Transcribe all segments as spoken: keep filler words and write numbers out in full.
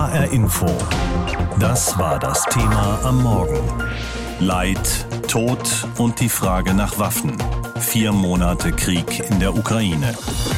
H R Info. Das war das Thema am Morgen. Leid, Tod und die Frage nach Waffen. Vier Monate Krieg in der Ukraine.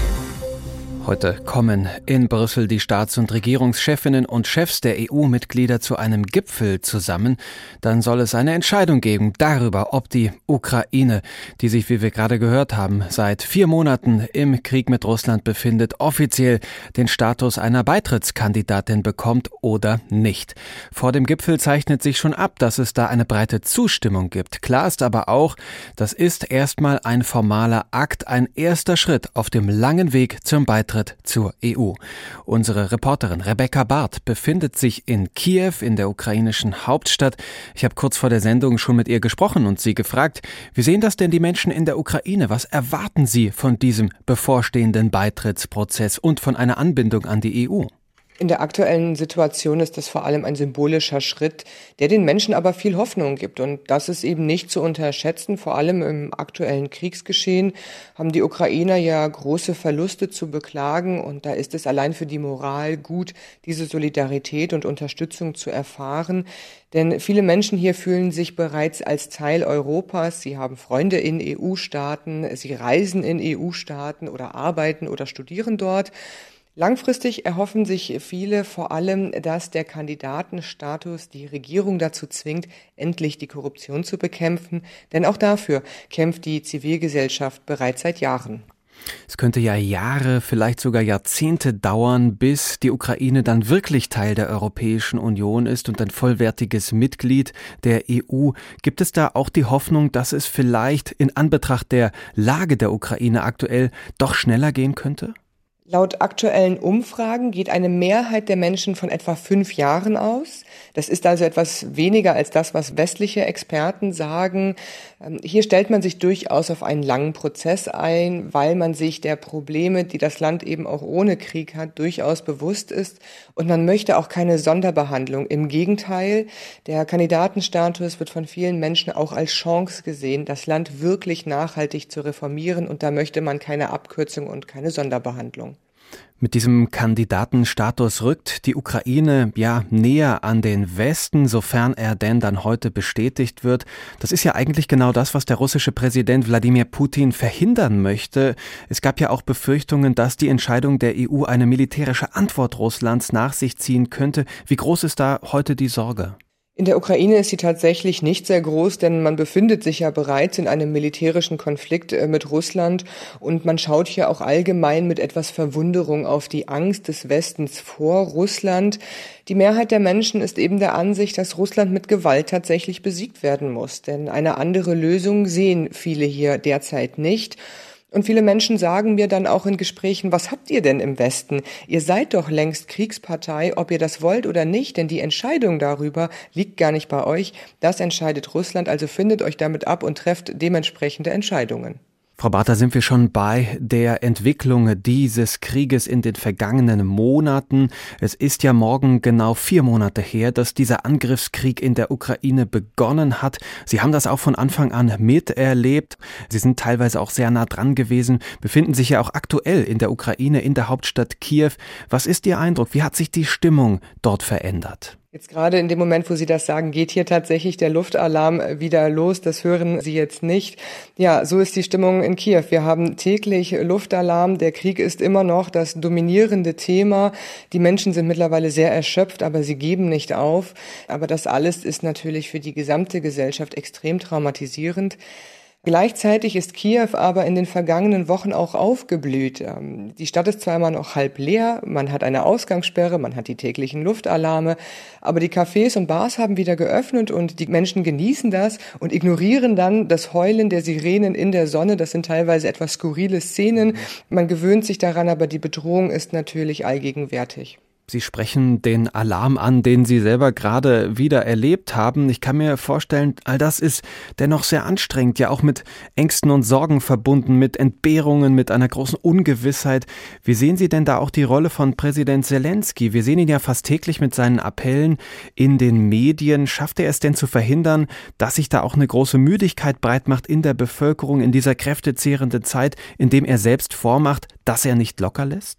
Heute kommen in Brüssel die Staats- und Regierungschefinnen und Chefs der E U-Mitglieder zu einem Gipfel zusammen. Dann soll es eine Entscheidung geben darüber, ob die Ukraine, die sich, wie wir gerade gehört haben, seit vier Monaten im Krieg mit Russland befindet, offiziell den Status einer Beitrittskandidatin bekommt oder nicht. Vor dem Gipfel zeichnet sich schon ab, dass es da eine breite Zustimmung gibt. Klar ist aber auch, das ist erstmal ein formaler Akt, ein erster Schritt auf dem langen Weg zum Beitritt zur E U. Unsere Reporterin Rebecca Barth befindet sich in Kiew, in der ukrainischen Hauptstadt. Ich habe kurz vor der Sendung schon mit ihr gesprochen und sie gefragt, wie sehen das denn die Menschen in der Ukraine? Was erwarten sie von diesem bevorstehenden Beitrittsprozess und von einer Anbindung an die E U? In der aktuellen Situation ist das vor allem ein symbolischer Schritt, der den Menschen aber viel Hoffnung gibt. Und das ist eben nicht zu unterschätzen. Vor allem im aktuellen Kriegsgeschehen haben die Ukrainer ja große Verluste zu beklagen. Und da ist es allein für die Moral gut, diese Solidarität und Unterstützung zu erfahren. Denn viele Menschen hier fühlen sich bereits als Teil Europas. Sie haben Freunde in E U-Staaten, sie reisen in E U-Staaten oder arbeiten oder studieren dort. Langfristig erhoffen sich viele vor allem, dass der Kandidatenstatus die Regierung dazu zwingt, endlich die Korruption zu bekämpfen. Denn auch dafür kämpft die Zivilgesellschaft bereits seit Jahren. Es könnte ja Jahre, vielleicht sogar Jahrzehnte dauern, bis die Ukraine dann wirklich Teil der Europäischen Union ist und ein vollwertiges Mitglied der E U. Gibt es da auch die Hoffnung, dass es vielleicht in Anbetracht der Lage der Ukraine aktuell doch schneller gehen könnte? Laut aktuellen Umfragen geht eine Mehrheit der Menschen von etwa fünf Jahren aus. Das ist also etwas weniger als das, was westliche Experten sagen. Hier stellt man sich durchaus auf einen langen Prozess ein, weil man sich der Probleme, die das Land eben auch ohne Krieg hat, durchaus bewusst ist. Und man möchte auch keine Sonderbehandlung. Im Gegenteil, der Kandidatenstatus wird von vielen Menschen auch als Chance gesehen, das Land wirklich nachhaltig zu reformieren. Und da möchte man keine Abkürzung und keine Sonderbehandlung. Mit diesem Kandidatenstatus rückt die Ukraine ja näher an den Westen, sofern er denn dann heute bestätigt wird. Das ist ja eigentlich genau das, was der russische Präsident Wladimir Putin verhindern möchte. Es gab ja auch Befürchtungen, dass die Entscheidung der E U eine militärische Antwort Russlands nach sich ziehen könnte. Wie groß ist da heute die Sorge? In der Ukraine ist sie tatsächlich nicht sehr groß, denn man befindet sich ja bereits in einem militärischen Konflikt mit Russland und man schaut hier auch allgemein mit etwas Verwunderung auf die Angst des Westens vor Russland. Die Mehrheit der Menschen ist eben der Ansicht, dass Russland mit Gewalt tatsächlich besiegt werden muss, denn eine andere Lösung sehen viele hier derzeit nicht. Und viele Menschen sagen mir dann auch in Gesprächen, was habt ihr denn im Westen? Ihr seid doch längst Kriegspartei, ob ihr das wollt oder nicht, denn die Entscheidung darüber liegt gar nicht bei euch. Das entscheidet Russland, also findet euch damit ab und trefft dementsprechende Entscheidungen. Frau Barth, da sind wir schon bei der Entwicklung dieses Krieges in den vergangenen Monaten. Es ist ja morgen genau vier Monate her, dass dieser Angriffskrieg in der Ukraine begonnen hat. Sie haben das auch von Anfang an miterlebt. Sie sind teilweise auch sehr nah dran gewesen, befinden sich ja auch aktuell in der Ukraine, in der Hauptstadt Kiew. Was ist Ihr Eindruck? Wie hat sich die Stimmung dort verändert? Jetzt gerade in dem Moment, wo Sie das sagen, geht hier tatsächlich der Luftalarm wieder los. Das hören Sie jetzt nicht. Ja, so ist die Stimmung in Kiew. Wir haben täglich Luftalarm. Der Krieg ist immer noch das dominierende Thema. Die Menschen sind mittlerweile sehr erschöpft, aber sie geben nicht auf. Aber das alles ist natürlich für die gesamte Gesellschaft extrem traumatisierend. Gleichzeitig ist Kiew aber in den vergangenen Wochen auch aufgeblüht. Die Stadt ist zwar immer noch halb leer, man hat eine Ausgangssperre, man hat die täglichen Luftalarme, aber die Cafés und Bars haben wieder geöffnet und die Menschen genießen das und ignorieren dann das Heulen der Sirenen in der Sonne. Das sind teilweise etwas skurrile Szenen. Man gewöhnt sich daran, aber die Bedrohung ist natürlich allgegenwärtig. Sie sprechen den Alarm an, den Sie selber gerade wieder erlebt haben. Ich kann mir vorstellen, all das ist dennoch sehr anstrengend, ja auch mit Ängsten und Sorgen verbunden, mit Entbehrungen, mit einer großen Ungewissheit. Wie sehen Sie denn da auch die Rolle von Präsident Selenskyj? Wir sehen ihn ja fast täglich mit seinen Appellen in den Medien. Schafft er es denn zu verhindern, dass sich da auch eine große Müdigkeit breitmacht in der Bevölkerung in dieser kräftezehrenden Zeit, indem er selbst vormacht, dass er nicht locker lässt?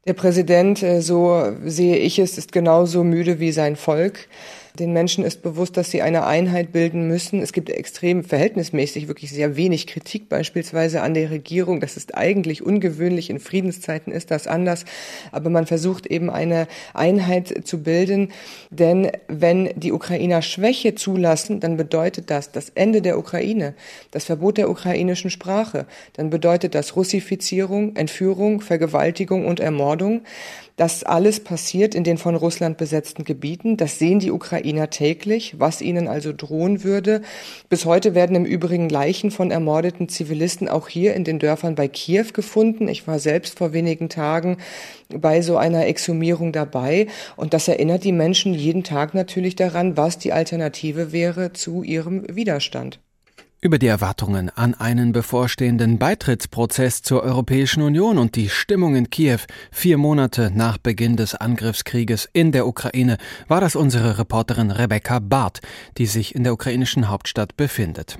Der Präsident, so sehe ich es, ist genauso müde wie sein Volk. Den Menschen ist bewusst, dass sie eine Einheit bilden müssen. Es gibt extrem verhältnismäßig wirklich sehr wenig Kritik beispielsweise an der Regierung. Das ist eigentlich ungewöhnlich. In Friedenszeiten ist das anders. Aber man versucht eben eine Einheit zu bilden. Denn wenn die Ukrainer Schwäche zulassen, dann bedeutet das das Ende der Ukraine, das Verbot der ukrainischen Sprache. Dann bedeutet das Russifizierung, Entführung, Vergewaltigung und Ermordung. Das alles passiert in den von Russland besetzten Gebieten. Das sehen die Ukrainer täglich, was ihnen also drohen würde. Bis heute werden im Übrigen Leichen von ermordeten Zivilisten auch hier in den Dörfern bei Kiew gefunden. Ich war selbst vor wenigen Tagen bei so einer Exhumierung dabei. Und das erinnert die Menschen jeden Tag natürlich daran, was die Alternative wäre zu ihrem Widerstand. Über die Erwartungen an einen bevorstehenden Beitrittsprozess zur Europäischen Union und die Stimmung in Kiew vier Monate nach Beginn des Angriffskrieges in der Ukraine war das unsere Reporterin Rebecca Barth, die sich in der ukrainischen Hauptstadt befindet.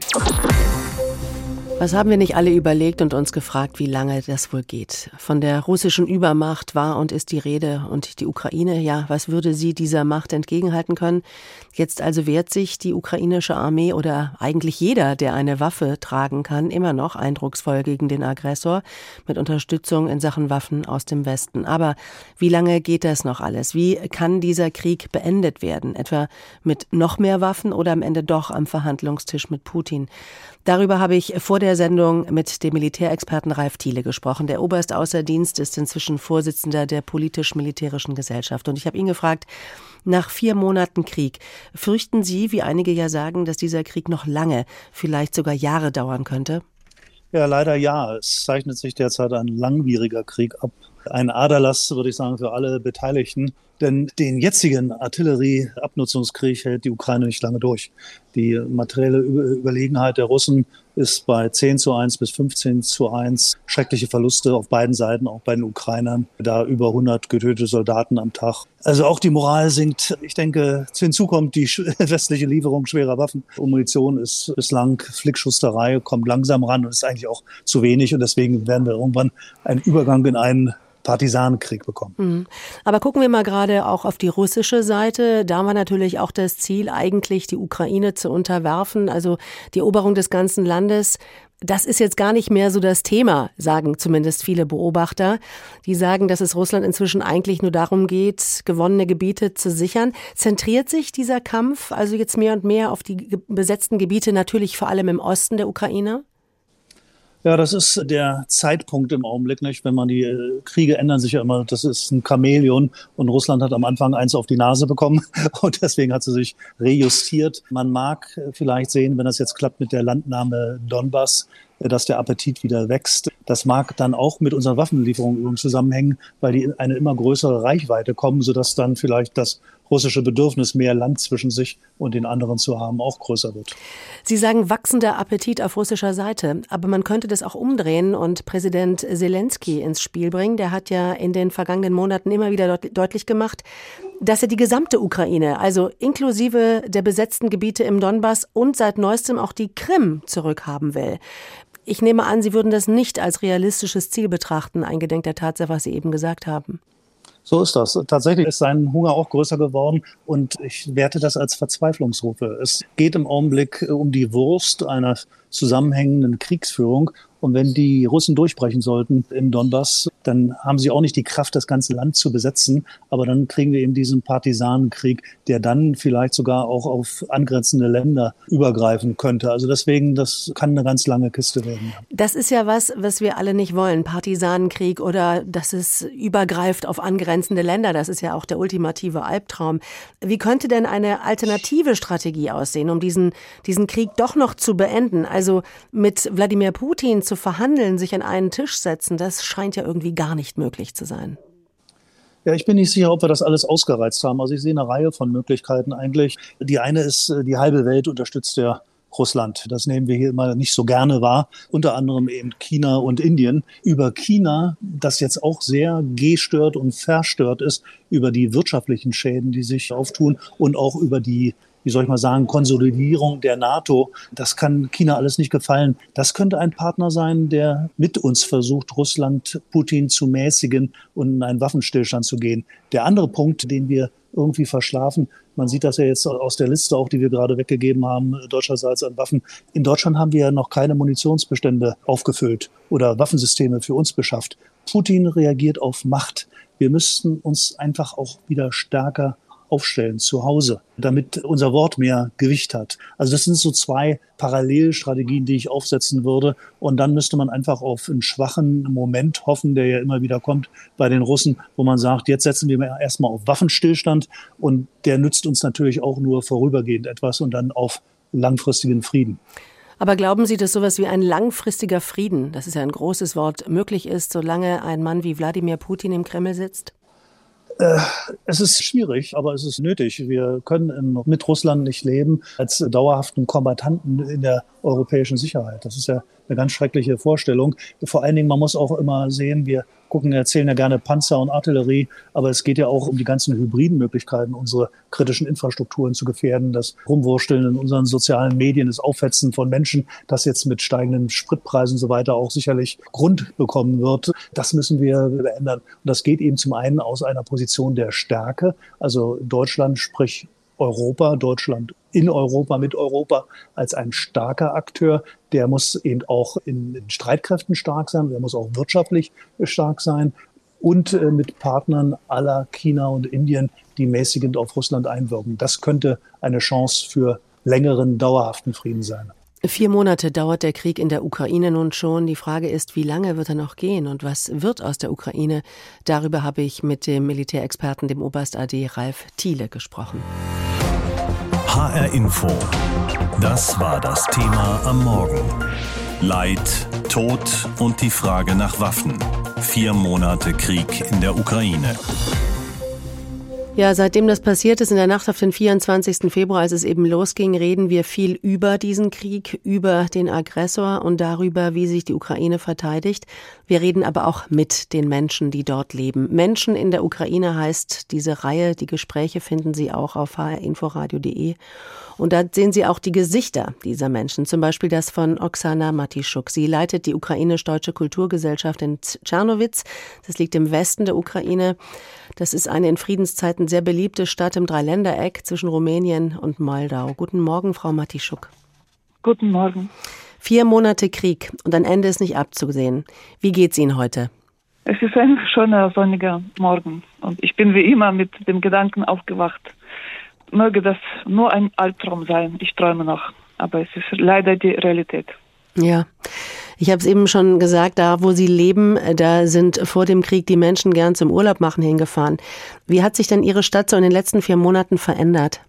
Was haben wir nicht alle überlegt und uns gefragt, wie lange das wohl geht? Von der russischen Übermacht war und ist die Rede. Und die Ukraine, ja, was würde sie dieser Macht entgegenhalten können? Jetzt also wehrt sich die ukrainische Armee oder eigentlich jeder, der eine Waffe tragen kann, immer noch eindrucksvoll gegen den Aggressor mit Unterstützung in Sachen Waffen aus dem Westen. Aber wie lange geht das noch alles? Wie kann dieser Krieg beendet werden? Etwa mit noch mehr Waffen oder am Ende doch am Verhandlungstisch mit Putin? Darüber habe ich vor der Sendung mit dem Militärexperten Ralf Thiele gesprochen. Der Oberst außer Dienst ist inzwischen Vorsitzender der politisch-militärischen Gesellschaft. Und ich habe ihn gefragt, nach vier Monaten Krieg, fürchten Sie, wie einige ja sagen, dass dieser Krieg noch lange, vielleicht sogar Jahre dauern könnte? Ja, leider ja. Es zeichnet sich derzeit ein langwieriger Krieg ab. Ein Aderlass, würde ich sagen, für alle Beteiligten. Denn den jetzigen Artillerieabnutzungskrieg hält die Ukraine nicht lange durch. Die materielle Überlegenheit der Russen ist bei zehn zu eins bis fünfzehn zu eins. Schreckliche Verluste auf beiden Seiten, auch bei den Ukrainern. Da über hundert getötete Soldaten am Tag. Also auch die Moral sinkt. Ich denke, hinzu kommt die westliche Lieferung schwerer Waffen. Und Munition ist bislang Flickschusterei, kommt langsam ran und ist eigentlich auch zu wenig. Und deswegen werden wir irgendwann einen Übergang in einen Partisanenkrieg bekommen. Mhm. Aber gucken wir mal gerade auch auf die russische Seite. Da war natürlich auch das Ziel, eigentlich die Ukraine zu unterwerfen, also die Eroberung des ganzen Landes. Das ist jetzt gar nicht mehr so das Thema, sagen zumindest viele Beobachter. Die sagen, dass es Russland inzwischen eigentlich nur darum geht, gewonnene Gebiete zu sichern. Zentriert sich dieser Kampf also jetzt mehr und mehr auf die besetzten Gebiete, natürlich vor allem im Osten der Ukraine? Ja, das ist der Zeitpunkt im Augenblick, nicht? Wenn man die äh, Kriege ändern sich ja immer, das ist ein Chamäleon und Russland hat am Anfang eins auf die Nase bekommen und deswegen hat sie sich rejustiert. Man mag vielleicht sehen, wenn das jetzt klappt mit der Landnahme Donbass, dass der Appetit wieder wächst. Das mag dann auch mit unseren Waffenlieferungen zusammenhängen, weil die in eine immer größere Reichweite kommen, sodass dann vielleicht das russische Bedürfnis, mehr Land zwischen sich und den anderen zu haben, auch größer wird. Sie sagen wachsender Appetit auf russischer Seite, aber man könnte das auch umdrehen und Präsident Selenskyj ins Spiel bringen. Der hat ja in den vergangenen Monaten immer wieder deut- deutlich gemacht, dass er die gesamte Ukraine, also inklusive der besetzten Gebiete im Donbass und seit neuestem auch die Krim zurückhaben will. Ich nehme an, Sie würden das nicht als realistisches Ziel betrachten, eingedenk der Tatsache, was Sie eben gesagt haben. So ist das. Tatsächlich ist sein Hunger auch größer geworden und ich werte das als Verzweiflungsrufe. Es geht im Augenblick um die Wurst einer zusammenhängenden Kriegsführung. Und wenn die Russen durchbrechen sollten im Donbass, dann haben sie auch nicht die Kraft, das ganze Land zu besetzen. Aber dann kriegen wir eben diesen Partisanenkrieg, der dann vielleicht sogar auch auf angrenzende Länder übergreifen könnte. Also deswegen, das kann eine ganz lange Kiste werden. Das ist ja was, was wir alle nicht wollen. Partisanenkrieg oder dass es übergreift auf angrenzende Länder. Das ist ja auch der ultimative Albtraum. Wie könnte denn eine alternative Strategie aussehen, um diesen, diesen Krieg doch noch zu beenden? Also mit Wladimir Putin zu verhandeln, sich an einen Tisch setzen, das scheint ja irgendwie gar nicht möglich zu sein. Ja, ich bin nicht sicher, ob wir das alles ausgereizt haben. Also ich sehe eine Reihe von Möglichkeiten eigentlich. Die eine ist, die halbe Welt unterstützt ja Russland. Das nehmen wir hier immer nicht so gerne wahr. Unter anderem eben China und Indien. Über China, das jetzt auch sehr gestört und verstört ist, über die wirtschaftlichen Schäden, die sich auftun und auch über die wie soll ich mal sagen, Konsolidierung der NATO. Das kann China alles nicht gefallen. Das könnte ein Partner sein, der mit uns versucht, Russland, Putin zu mäßigen und in einen Waffenstillstand zu gehen. Der andere Punkt, den wir irgendwie verschlafen, man sieht das ja jetzt aus der Liste auch, die wir gerade weggegeben haben, deutscherseits an Waffen. In Deutschland haben wir ja noch keine Munitionsbestände aufgefüllt oder Waffensysteme für uns beschafft. Putin reagiert auf Macht. Wir müssten uns einfach auch wieder stärker aufstellen zu Hause, damit unser Wort mehr Gewicht hat. Also das sind so zwei Parallelstrategien, die ich aufsetzen würde. Und dann müsste man einfach auf einen schwachen Moment hoffen, der ja immer wieder kommt bei den Russen, wo man sagt, jetzt setzen wir erstmal auf Waffenstillstand und der nützt uns natürlich auch nur vorübergehend etwas und dann auf langfristigen Frieden. Aber glauben Sie, dass sowas wie ein langfristiger Frieden, das ist ja ein großes Wort, möglich ist, solange ein Mann wie Wladimir Putin im Kreml sitzt? Es ist schwierig, aber es ist nötig. Wir können mit Russland nicht leben als dauerhaften Kombattanten in der europäischen Sicherheit. Das ist ja eine ganz schreckliche Vorstellung. Vor allen Dingen, man muss auch immer sehen, wir gucken, erzählen ja gerne Panzer und Artillerie, aber es geht ja auch um die ganzen hybriden Möglichkeiten, unsere kritischen Infrastrukturen zu gefährden, das Rumwursteln in unseren sozialen Medien, das Aufhetzen von Menschen, das jetzt mit steigenden Spritpreisen und so weiter auch sicherlich Grund bekommen wird. Das müssen wir ändern. Und das geht eben zum einen aus einer Position der Stärke, also Deutschland, sprich Europa, Deutschland in Europa, mit Europa als ein starker Akteur. Der muss eben auch in, in Streitkräften stark sein, der muss auch wirtschaftlich stark sein und äh, mit Partnern à la China und Indien, die mäßigend auf Russland einwirken. Das könnte eine Chance für längeren, dauerhaften Frieden sein. Vier Monate dauert der Krieg in der Ukraine nun schon. Die Frage ist, wie lange wird er noch gehen und was wird aus der Ukraine? Darüber habe ich mit dem Militärexperten, dem Oberst A D Ralf Thiele, gesprochen. H R Info. Das war das Thema am Morgen. Leid, Tod und die Frage nach Waffen. Vier Monate Krieg in der Ukraine. Ja, seitdem das passiert ist, in der Nacht auf den vierundzwanzigsten Februar, als es eben losging, reden wir viel über diesen Krieg, über den Aggressor und darüber, wie sich die Ukraine verteidigt. Wir reden aber auch mit den Menschen, die dort leben. Menschen in der Ukraine heißt diese Reihe. Die Gespräche finden Sie auch auf h r inforadio punkt de. Und da sehen Sie auch die Gesichter dieser Menschen, zum Beispiel das von Oksana Matischuk. Sie leitet die ukrainisch-deutsche Kulturgesellschaft in Czernowitz. Das liegt im Westen der Ukraine. Das ist eine in Friedenszeiten sehr beliebte Stadt im Dreiländereck zwischen Rumänien und Moldau. Guten Morgen, Frau Matischuk. Guten Morgen. Vier Monate Krieg und ein Ende ist nicht abzusehen. Wie geht's Ihnen heute? Es ist ein schöner, sonniger Morgen und ich bin wie immer mit dem Gedanken aufgewacht. Möge das nur ein Albtraum sein. Ich träume noch, aber es ist leider die Realität. Ja, ich habe es eben schon gesagt, da wo Sie leben, da sind vor dem Krieg die Menschen gern zum Urlaub machen hingefahren. Wie hat sich denn Ihre Stadt so in den letzten vier Monaten verändert?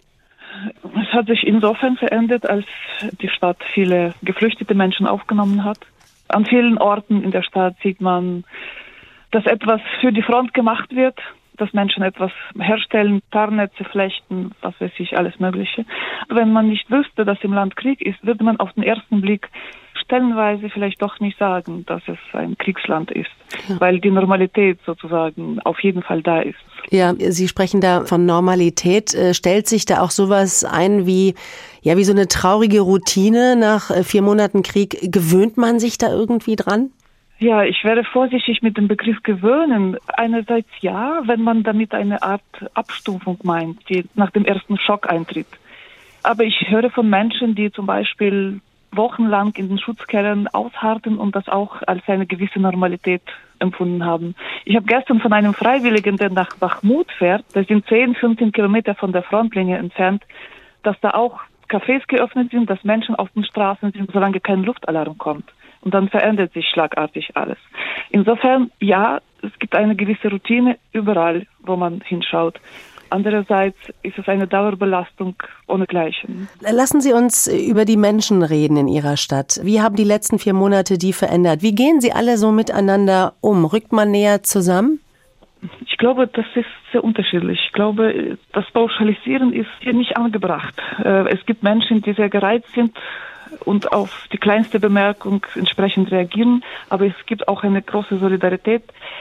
Es hat sich insofern verändert, als die Stadt viele geflüchtete Menschen aufgenommen hat. An vielen Orten in der Stadt sieht man, dass etwas für die Front gemacht wird, dass Menschen etwas herstellen, Tarnnetze flechten, was weiß ich, alles Mögliche. Wenn man nicht wüsste, dass im Land Krieg ist, würde man auf den ersten Blick stellenweise vielleicht doch nicht sagen, dass es ein Kriegsland ist, ja. Weil die Normalität sozusagen auf jeden Fall da ist. Ja, Sie sprechen da von Normalität. Stellt sich da auch sowas ein wie, ja, wie so eine traurige Routine nach vier Monaten Krieg? Gewöhnt man sich da irgendwie dran? Ja, ich wäre vorsichtig mit dem Begriff gewöhnen. Einerseits ja, wenn man damit eine Art Abstufung meint, die nach dem ersten Schock eintritt. Aber ich höre von Menschen, die zum Beispiel wochenlang in den Schutzkellern ausharrten und das auch als eine gewisse Normalität empfunden haben. Ich habe gestern von einem Freiwilligen, der nach Bachmut fährt, das sind zehn, fünfzehn Kilometer von der Frontlinie entfernt, dass da auch Cafés geöffnet sind, dass Menschen auf den Straßen sind, solange kein Luftalarm kommt. Und dann verändert sich schlagartig alles. Insofern, ja, es gibt eine gewisse Routine überall, wo man hinschaut. Andererseits ist es eine Dauerbelastung ohnegleichen. Lassen Sie uns über die Menschen reden in Ihrer Stadt. Wie haben die letzten vier Monate die verändert? Wie gehen Sie alle so miteinander um? Rückt man näher zusammen? Ich glaube, das ist sehr unterschiedlich. Ich glaube, das Pauschalisieren ist hier nicht angebracht. Es gibt Menschen, die sehr gereizt sind und auf die kleinste Bemerkung entsprechend reagieren, aber es gibt auch eine große Solidarität.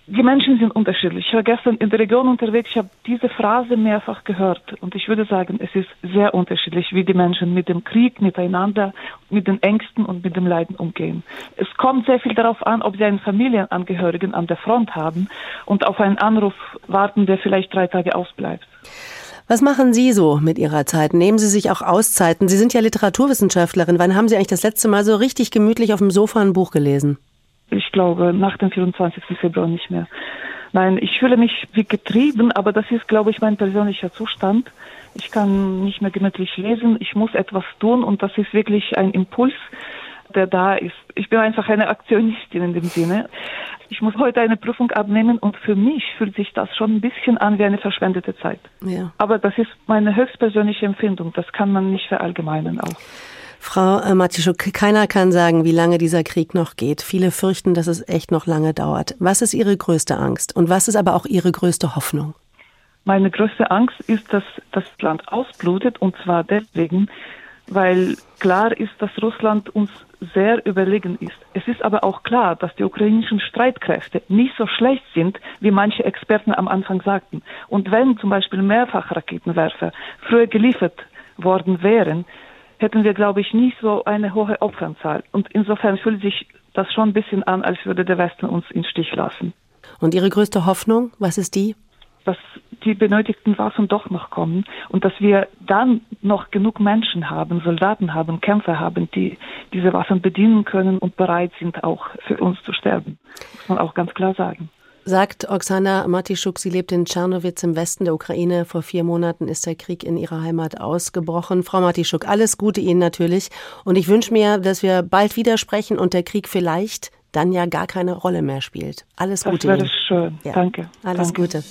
Die Menschen sind unterschiedlich. Ich war gestern in der Region unterwegs, ich habe diese Phrase mehrfach gehört und ich würde sagen, es ist sehr unterschiedlich, wie die Menschen mit dem Krieg, miteinander, mit den Ängsten und mit dem Leiden umgehen. Es kommt sehr viel darauf an, ob sie einen Familienangehörigen an der Front haben und auf einen Anruf warten, der vielleicht drei Tage ausbleibt. Was machen Sie so mit Ihrer Zeit? Nehmen Sie sich auch Auszeiten? Sie sind ja Literaturwissenschaftlerin. Wann haben Sie eigentlich das letzte Mal so richtig gemütlich auf dem Sofa ein Buch gelesen? Ich glaube, nach dem vierundzwanzigsten Februar nicht mehr. Nein, ich fühle mich wie getrieben, aber das ist, glaube ich, mein persönlicher Zustand. Ich kann nicht mehr gemütlich lesen, ich muss etwas tun und das ist wirklich ein Impuls, der da ist. Ich bin einfach eine Aktionistin in dem Sinne. Ich muss heute eine Prüfung abnehmen und für mich fühlt sich das schon ein bisschen an wie eine verschwendete Zeit. Ja. Aber das ist meine höchstpersönliche Empfindung, das kann man nicht verallgemeinern auch. Frau Matischuk, keiner kann sagen, wie lange dieser Krieg noch geht. Viele fürchten, dass es echt noch lange dauert. Was ist Ihre größte Angst und was ist aber auch Ihre größte Hoffnung? Meine größte Angst ist, dass das Land ausblutet und zwar deswegen, weil klar ist, dass Russland uns sehr überlegen ist. Es ist aber auch klar, dass die ukrainischen Streitkräfte nicht so schlecht sind, wie manche Experten am Anfang sagten. Und wenn zum Beispiel Mehrfachraketenwerfer früher geliefert worden wären, hätten wir, glaube ich, nicht so eine hohe Opferzahl. Und insofern fühlt sich das schon ein bisschen an, als würde der Westen uns im Stich lassen. Und Ihre größte Hoffnung, was ist die? Dass die benötigten Waffen doch noch kommen und dass wir dann noch genug Menschen haben, Soldaten haben, Kämpfer haben, die diese Waffen bedienen können und bereit sind, auch für uns zu sterben. Muss man auch ganz klar sagen. Sagt Oksana Matischuk, sie lebt in Tschernowitz im Westen der Ukraine. Vor vier Monaten ist der Krieg in ihrer Heimat ausgebrochen. Frau Matischuk, alles Gute Ihnen natürlich. Und ich wünsche mir, dass wir bald wieder sprechen und der Krieg vielleicht dann ja gar keine Rolle mehr spielt. Alles Gute Ihnen. Das wäre schön. Ja. Danke. Alles Danke. Gute.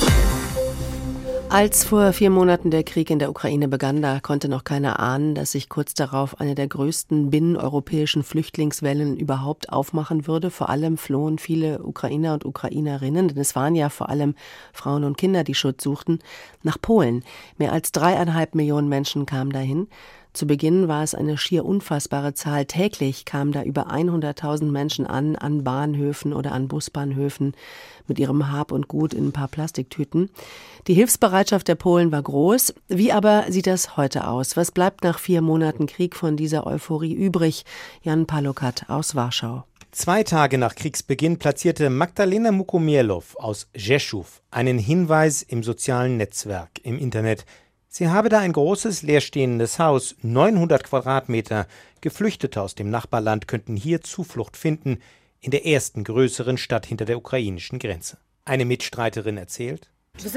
Als vor vier Monaten der Krieg in der Ukraine begann, da konnte noch keiner ahnen, dass sich kurz darauf eine der größten binneneuropäischen Flüchtlingswellen überhaupt aufmachen würde. Vor allem flohen viele Ukrainer und Ukrainerinnen, denn es waren ja vor allem Frauen und Kinder, die Schutz suchten, nach Polen. Mehr als dreieinhalb Millionen Menschen kamen dahin. Zu Beginn war es eine schier unfassbare Zahl. Täglich kamen da über hunderttausend Menschen an, an Bahnhöfen oder an Busbahnhöfen mit ihrem Hab und Gut in ein paar Plastiktüten. Die Hilfsbereitschaft der Polen war groß. Wie aber sieht das heute aus? Was bleibt nach vier Monaten Krieg von dieser Euphorie übrig? Jan Palokat aus Warschau. Zwei Tage nach Kriegsbeginn platzierte Magdalena Mukomielow aus Rzeszów einen Hinweis im sozialen Netzwerk im Internet. Sie habe da ein großes, leerstehendes Haus, neunhundert Quadratmeter. Geflüchtete aus dem Nachbarland könnten hier Zuflucht finden, in der ersten größeren Stadt hinter der ukrainischen Grenze. Eine Mitstreiterin erzählt: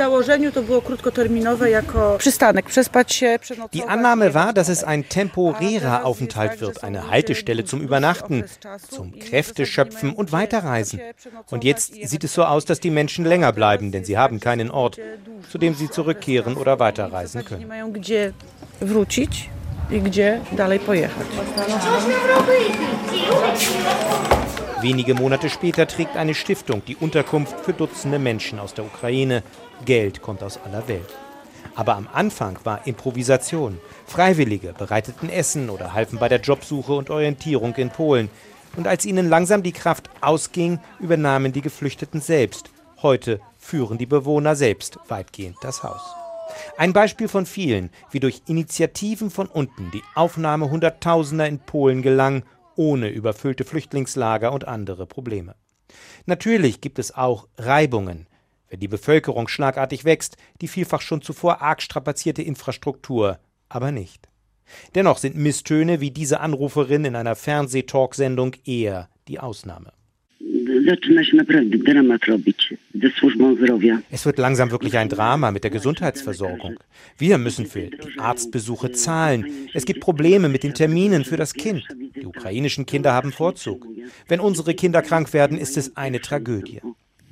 Die Annahme war, dass es ein temporärer Aufenthalt wird, eine Haltestelle zum Übernachten, zum Kräfteschöpfen und Weiterreisen. Und jetzt sieht es so aus, dass die Menschen länger bleiben, denn sie haben keinen Ort, zu dem sie zurückkehren oder weiterreisen können. Wenige Monate später trägt eine Stiftung die Unterkunft für Dutzende Menschen aus der Ukraine. Geld kommt aus aller Welt. Aber am Anfang war Improvisation. Freiwillige bereiteten Essen oder halfen bei der Jobsuche und Orientierung in Polen. Und als ihnen langsam die Kraft ausging, übernahmen die Geflüchteten selbst. Heute führen die Bewohner selbst weitgehend das Haus. Ein Beispiel von vielen, wie durch Initiativen von unten die Aufnahme Hunderttausender in Polen gelang, ohne überfüllte Flüchtlingslager und andere Probleme. Natürlich gibt es auch Reibungen, wenn die Bevölkerung schlagartig wächst, die vielfach schon zuvor arg strapazierte Infrastruktur aber nicht. Dennoch sind Misstöne wie diese Anruferin in einer Fernseh-Talksendung eher die Ausnahme. Es wird langsam wirklich ein Drama mit der Gesundheitsversorgung. Wir müssen für die Arztbesuche zahlen. Es gibt Probleme mit den Terminen für das Kind. Die ukrainischen Kinder haben Vorzug. Wenn unsere Kinder krank werden, ist es eine Tragödie.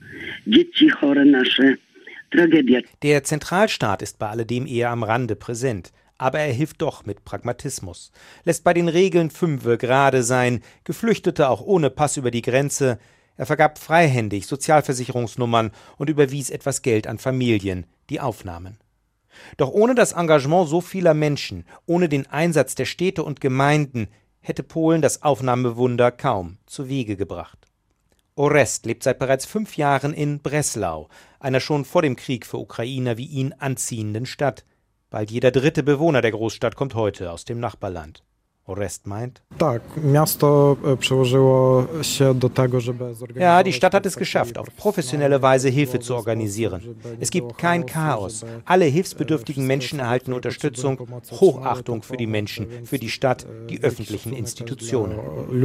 Der Zentralstaat ist bei alledem eher am Rande präsent. Aber er hilft doch mit Pragmatismus, lässt bei den Regeln Fünfe gerade sein, Geflüchtete auch ohne Pass über die Grenze. Er vergab freihändig Sozialversicherungsnummern und überwies etwas Geld an Familien, die aufnahmen. Doch ohne das Engagement so vieler Menschen, ohne den Einsatz der Städte und Gemeinden, hätte Polen das Aufnahmewunder kaum zu Wege gebracht. Orest lebt seit bereits fünf Jahren in Breslau, einer schon vor dem Krieg für Ukrainer wie ihn anziehenden Stadt. Bald jeder dritte Bewohner der Großstadt kommt heute aus dem Nachbarland. Orest meint: Ja, die Stadt hat es geschafft, auf professionelle Weise Hilfe zu organisieren. Es gibt kein Chaos. Alle hilfsbedürftigen Menschen erhalten Unterstützung, Hochachtung für die Menschen, für die Stadt, die öffentlichen Institutionen.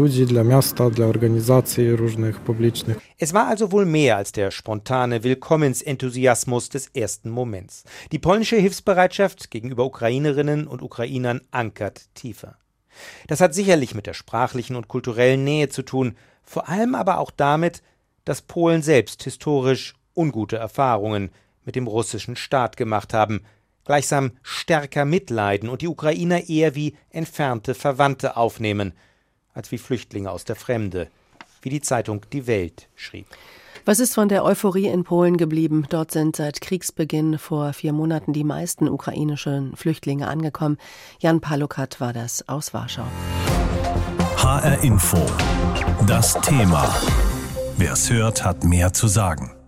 Es war also wohl mehr als der spontane Willkommensenthusiasmus des ersten Moments. Die polnische Hilfsbereitschaft gegenüber Ukrainerinnen und Ukrainern ankert tiefer. Das hat sicherlich mit der sprachlichen und kulturellen Nähe zu tun, vor allem aber auch damit, dass Polen selbst historisch ungute Erfahrungen mit dem russischen Staat gemacht haben, gleichsam stärker mitleiden und die Ukrainer eher wie entfernte Verwandte aufnehmen, als wie Flüchtlinge aus der Fremde, wie die Zeitung Die Welt schrieb. Was ist von der Euphorie in Polen geblieben? Dort sind seit Kriegsbeginn vor vier Monaten die meisten ukrainischen Flüchtlinge angekommen. Jan Palukat war das aus Warschau. H R Info. Das Thema. Wer es hört, hat mehr zu sagen.